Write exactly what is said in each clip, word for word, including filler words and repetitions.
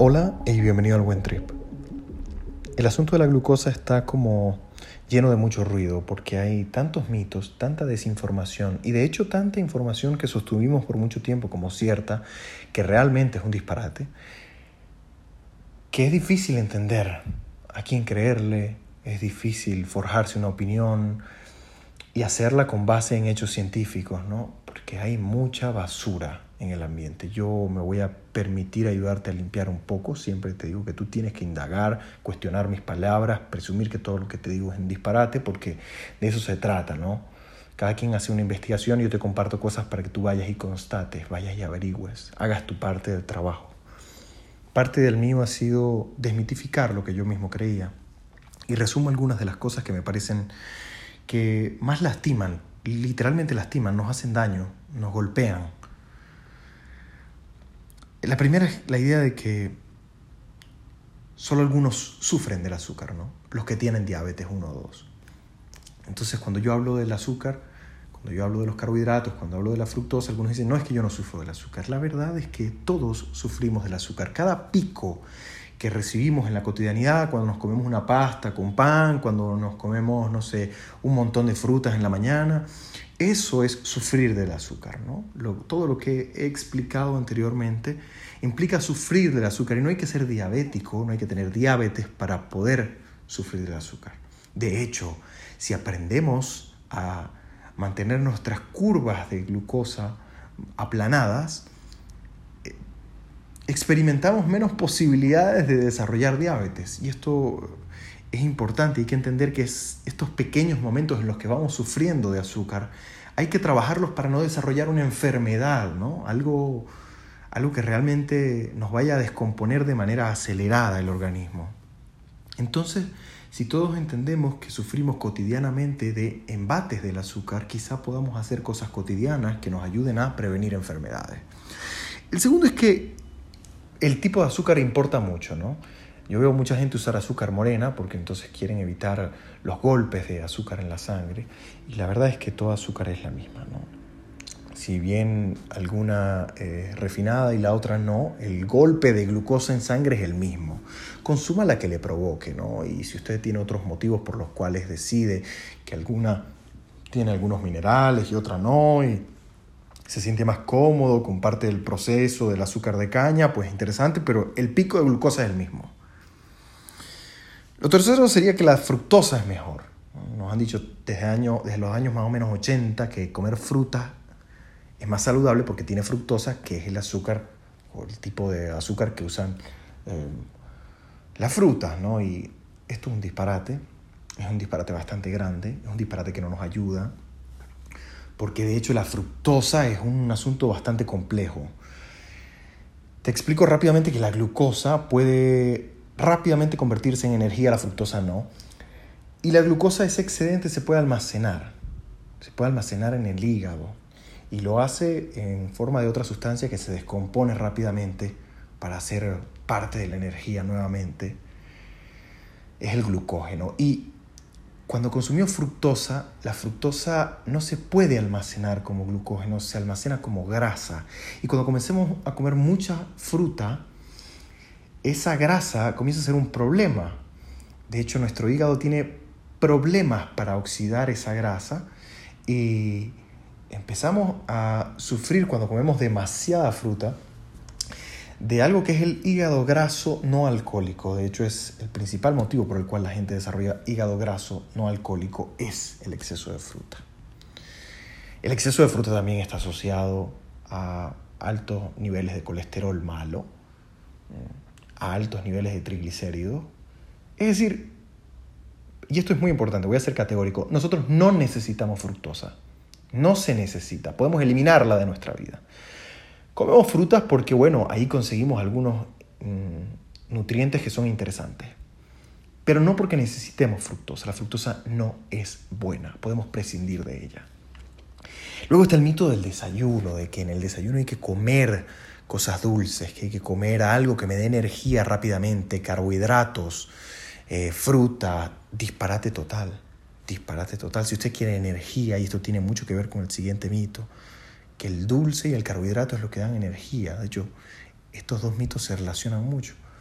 Hola y bienvenido al Buen Trip. El asunto de la glucosa está como lleno de mucho ruido porque hay tantos mitos, tanta desinformación y de hecho tanta información que sostuvimos por mucho tiempo como cierta, que realmente es un disparate, que es difícil entender a quién creerle, es difícil forjarse una opinión y hacerla con base en hechos científicos, ¿no? Porque hay mucha basura en el ambiente. Yo me voy a permitir ayudarte a limpiar un poco. Siempre te digo que tú tienes que indagar, cuestionar mis palabras, presumir que todo lo que te digo es un disparate, porque de eso se trata, ¿no? Cada quien hace una investigación y yo te comparto cosas para que tú vayas y constates, vayas y averigües, hagas tu parte del trabajo. Parte del mío ha sido desmitificar lo que yo mismo creía y resumo algunas de las cosas que me parecen que más lastiman, literalmente lastiman, nos hacen daño, nos golpean. La primera es la idea de que solo algunos sufren del azúcar, ¿no? Los que tienen diabetes uno o dos. Entonces, cuando yo hablo del azúcar, cuando yo hablo de los carbohidratos, cuando hablo de la fructosa, algunos dicen, no, es que yo no sufro del azúcar. La verdad es que todos sufrimos del azúcar. Cada pico que recibimos en la cotidianidad, cuando nos comemos una pasta con pan, cuando nos comemos, no sé, un montón de frutas en la mañana, eso es sufrir del azúcar, ¿no? Lo, todo lo que he explicado anteriormente implica sufrir del azúcar y no hay que ser diabético, no hay que tener diabetes para poder sufrir del azúcar. De hecho, si aprendemos a mantener nuestras curvas de glucosa aplanadas, experimentamos menos posibilidades de desarrollar diabetes. Y esto es importante, hay que entender que es estos pequeños momentos en los que vamos sufriendo de azúcar, hay que trabajarlos para no desarrollar una enfermedad, ¿no? Algo, algo que realmente nos vaya a descomponer de manera acelerada el organismo. Entonces, si todos entendemos que sufrimos cotidianamente de embates del azúcar, quizá podamos hacer cosas cotidianas que nos ayuden a prevenir enfermedades. El segundo es que el tipo de azúcar importa mucho, ¿no? Yo veo mucha gente usar azúcar morena porque entonces quieren evitar los golpes de azúcar en la sangre y la verdad es que toda azúcar es la misma, ¿no? Si bien alguna eh, refinada y la otra no, el golpe de glucosa en sangre es el mismo. Consuma la que le provoque, ¿no? Y si usted tiene otros motivos por los cuales decide que alguna tiene algunos minerales y otra no y se siente más cómodo con parte del proceso del azúcar de caña, pues interesante, pero el pico de glucosa es el mismo. Lo tercero sería que la fructosa es mejor. Nos han dicho desde, año, desde los años más o menos ochenta que comer fruta es más saludable porque tiene fructosa, que es el azúcar o el tipo de azúcar que usan eh, las frutas, ¿no? Y esto es un disparate, es un disparate bastante grande, es un disparate que no nos ayuda, porque de hecho la fructosa es un asunto bastante complejo. Te explico rápidamente que la glucosa puede rápidamente convertirse en energía, la fructosa no. Y la glucosa, ese excedente, se puede almacenar. Se puede almacenar en el hígado. Y lo hace en forma de otra sustancia que se descompone rápidamente para hacer parte de la energía nuevamente. Es el glucógeno. Y cuando consumimos fructosa, la fructosa no se puede almacenar como glucógeno, se almacena como grasa. Y cuando comencemos a comer mucha fruta, esa grasa comienza a ser un problema. De hecho, nuestro hígado tiene problemas para oxidar esa grasa y empezamos a sufrir cuando comemos demasiada fruta de algo que es el hígado graso no alcohólico. De hecho, es el principal motivo por el cual la gente desarrolla hígado graso no alcohólico, es el exceso de fruta. El exceso de fruta también está asociado a altos niveles de colesterol malo, a altos niveles de triglicéridos. Es decir, y esto es muy importante, voy a ser categórico, nosotros no necesitamos fructosa. No se necesita, podemos eliminarla de nuestra vida. Comemos frutas porque, bueno, ahí conseguimos algunos mmm, nutrientes que son interesantes. Pero no porque necesitemos fructosa. La fructosa no es buena. Podemos prescindir de ella. Luego está el mito del desayuno, de que en el desayuno hay que comer cosas dulces, que hay que comer algo que me dé energía rápidamente, carbohidratos, eh, fruta, disparate total. Disparate total. Si usted quiere energía, y esto tiene mucho que ver con el siguiente mito, que el dulce y el carbohidrato es lo que dan energía. De hecho, estos dos mitos se relacionan mucho.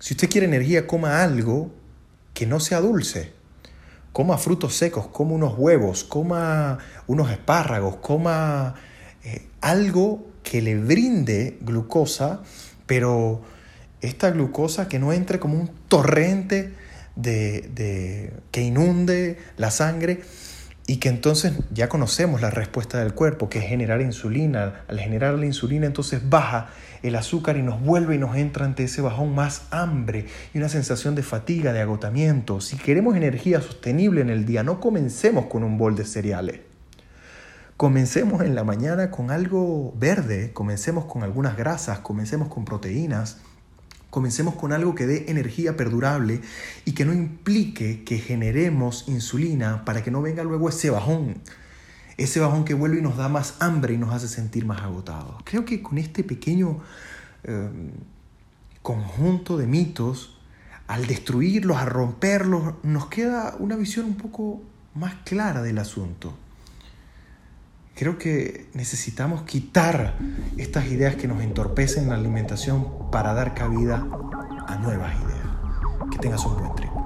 Si usted quiere energía, coma algo que no sea dulce. Coma frutos secos, coma unos huevos, coma unos espárragos, coma eh, algo que le brinde glucosa, pero esta glucosa que no entre como un torrente de, de, que inunde la sangre y que entonces ya conocemos la respuesta del cuerpo, que es generar insulina. Al generar la insulina entonces baja el azúcar y nos vuelve y nos entra ante ese bajón más hambre y una sensación de fatiga, de agotamiento. Si queremos energía sostenible en el día, no comencemos con un bol de cereales. Comencemos en la mañana con algo verde, comencemos con algunas grasas, comencemos con proteínas, comencemos con algo que dé energía perdurable y que no implique que generemos insulina para que no venga luego ese bajón, ese bajón que vuelve y nos da más hambre y nos hace sentir más agotados. Creo que con este pequeño eh, conjunto de mitos, al destruirlos, a romperlos, nos queda una visión un poco más clara del asunto. Creo que necesitamos quitar estas ideas que nos entorpecen la alimentación para dar cabida a nuevas ideas. Que tengas un buen trip.